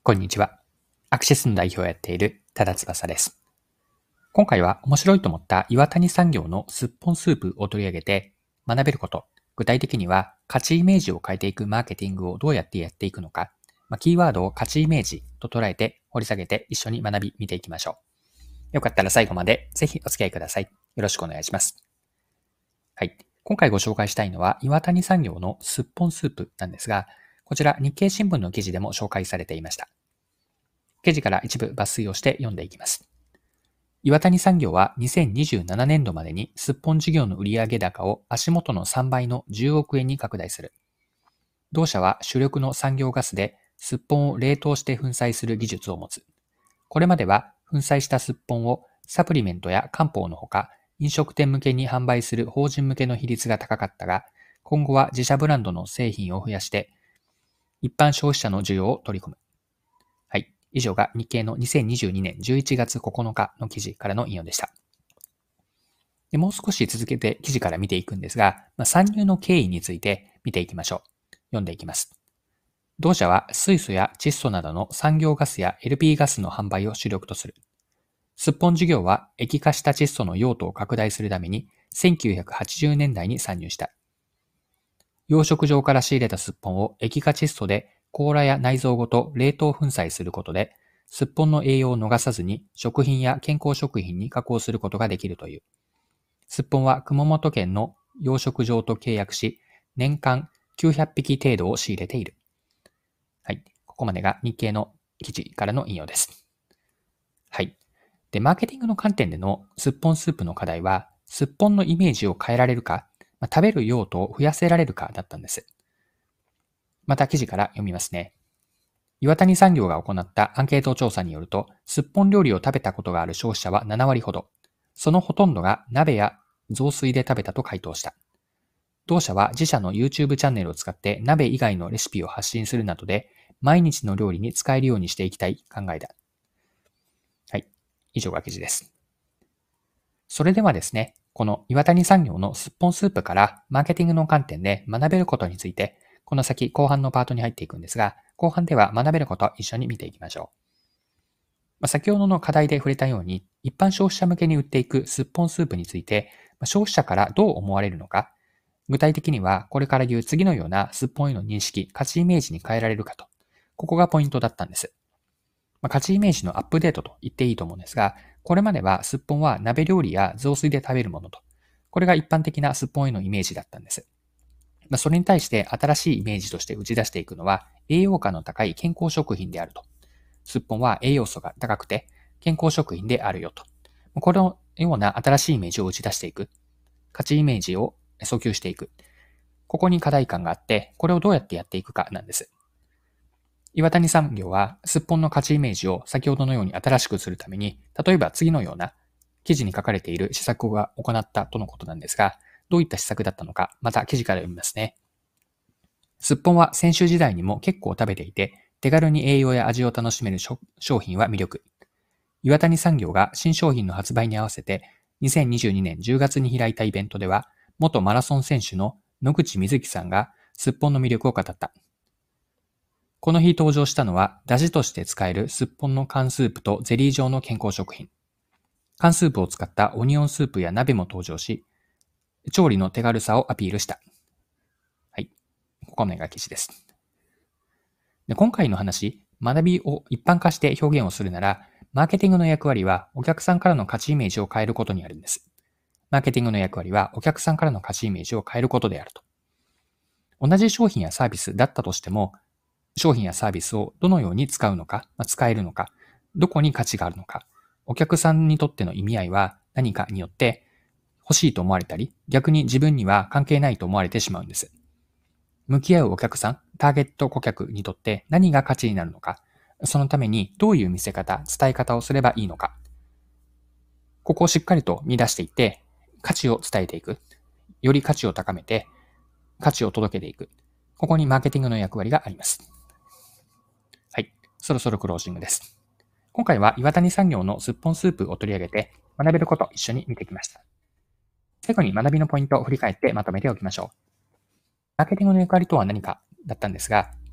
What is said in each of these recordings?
こんにちは。アクシスの代表をやっている多田翼です。今回は面白いと思った岩谷産業のすっぽんスープを取り上げて学べること、具体的には価値イメージを変えていくマーケティングをどうやってやっていくのか、キーワードを価値イメージと捉えて掘り下げて一緒に学び見ていきましょう。よかったら最後までぜひお付き合いください。よろしくお願いします。はい。今回ご紹介したいのは岩谷産業のすっぽんスープなんですが、こちら日経新聞の記事でも紹介されていました。記事から一部抜粋をして読んでいきます。岩谷産業は2027年度までにすっぽん事業の売上高を足元の3倍の10億円に拡大する。同社は主力の産業ガスですっぽんを冷凍して粉砕する技術を持つ。これまでは粉砕したすっぽんをサプリメントや漢方のほか、飲食店向けに販売する法人向けの比率が高かったが、今後は自社ブランドの製品を増やして、一般消費者の需要を取り込む。はい。以上が日経の2022年11月9日の記事からの引用でした。でもう少し続けて記事から見ていくんですが、参入の経緯について見ていきましょう。読んでいきます。同社は水素や窒素などの産業ガスや LP ガスの販売を主力とする。すっぽん事業は液化した窒素の用途を拡大するために1980年代に参入した。養殖場から仕入れたすっぽんを液化窒素で甲羅や内臓ごと冷凍粉砕することで、すっぽんの栄養を逃さずに食品や健康食品に加工することができるという。すっぽんは熊本県の養殖場と契約し、年間900匹程度を仕入れている。はい。ここまでが日経の記事からの引用です。はい。で、マーケティングの観点でのすっぽんスープの課題は、すっぽんのイメージを変えられるか、食べる用途を増やせられるかだったんです。また記事から読みますね。岩谷産業が行ったアンケート調査によると、すっぽん料理を食べたことがある消費者は7割ほど。そのほとんどが鍋や雑炊で食べたと回答した。同社は自社の YouTube チャンネルを使って鍋以外のレシピを発信するなどで、毎日の料理に使えるようにしていきたい考えだ。はい。以上が記事です。それではですね、この岩谷産業のすっぽんスープからマーケティングの観点で学べることについて、この先後半のパートに入っていくんですが、後半では学べることを一緒に見ていきましょう。先ほどの課題で触れたように、一般消費者向けに売っていくすっぽんスープについて、消費者からどう思われるのか、具体的にはこれから言う次のようなすっぽんへの認識、価値イメージに変えられるかと。ここがポイントだったんです。価値イメージのアップデートと言っていいと思うんですが、これまではすっぽんは鍋料理や雑炊で食べるものと。これが一般的なすっぽんへのイメージだったんです。それに対して新しいイメージとして打ち出していくのは、栄養価の高い健康食品であると。すっぽんは栄養素が高くて健康食品であるよと。このような新しいイメージを打ち出していく。価値イメージを訴求していく。ここに課題感があって、これをどうやってやっていくかなんです。岩谷産業はすっぽんの価値イメージを先ほどのように新しくするために、例えば次のような記事に書かれている施策を行ったとのことなんですが、どういった施策だったのか、また記事から読みますね。すっぽんは先週時代にも結構食べていて、手軽に栄養や味を楽しめる商品は魅力。岩谷産業が新商品の発売に合わせて、2022年10月に開いたイベントでは、元マラソン選手の野口みずきさんがすっぽんの魅力を語った。この日登場したのは、出汁として使えるすっぽんの缶スープとゼリー状の健康食品。缶スープを使ったオニオンスープや鍋も登場し、調理の手軽さをアピールした。はい。ここまでが記事です。で、今回の話、学びを一般化して表現をするなら、マーケティングの役割はお客さんからの価値イメージを変えることにあるんです。マーケティングの役割はお客さんからの価値イメージを変えることであると。同じ商品やサービスだったとしても、商品やサービスをどのように使うのか、使えるのか、どこに価値があるのか、お客さんにとっての意味合いは何かによって欲しいと思われたり、逆に自分には関係ないと思われてしまうんです。向き合うお客さん、ターゲット顧客にとって何が価値になるのか、そのためにどういう見せ方、伝え方をすればいいのか、ここをしっかりと見出していって、価値を伝えていく。より価値を高めて、価値を届けていく。ここにマーケティングの役割があります。はい。そろそろクロージングです。今回は岩谷産業のすっぽんスープを取り上げて学べることを一緒に見てきました。最後に学びのポイントを振り返ってまとめておきましょう。マーケティングの役割とは何かだったんですが、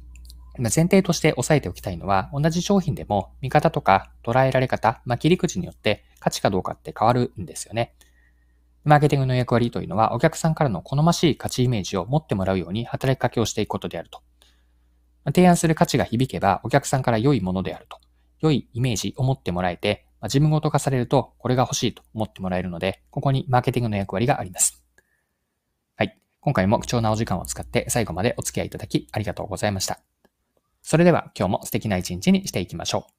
前提として押さえておきたいのは、同じ商品でも見方とか捉えられ方、切り口によって価値かどうかって変わるんですよね。マーケティングの役割というのは、お客さんからの好ましい価値イメージを持ってもらうように働きかけをしていくことであると。提案する価値が響けば、お客さんから良いものであると。良いイメージを持ってもらえて、自分ごと化されると、これが欲しいと思ってもらえるので、ここにマーケティングの役割があります。はい。今回も貴重なお時間を使って最後までお付き合いいただきありがとうございました。それでは今日も素敵な一日にしていきましょう。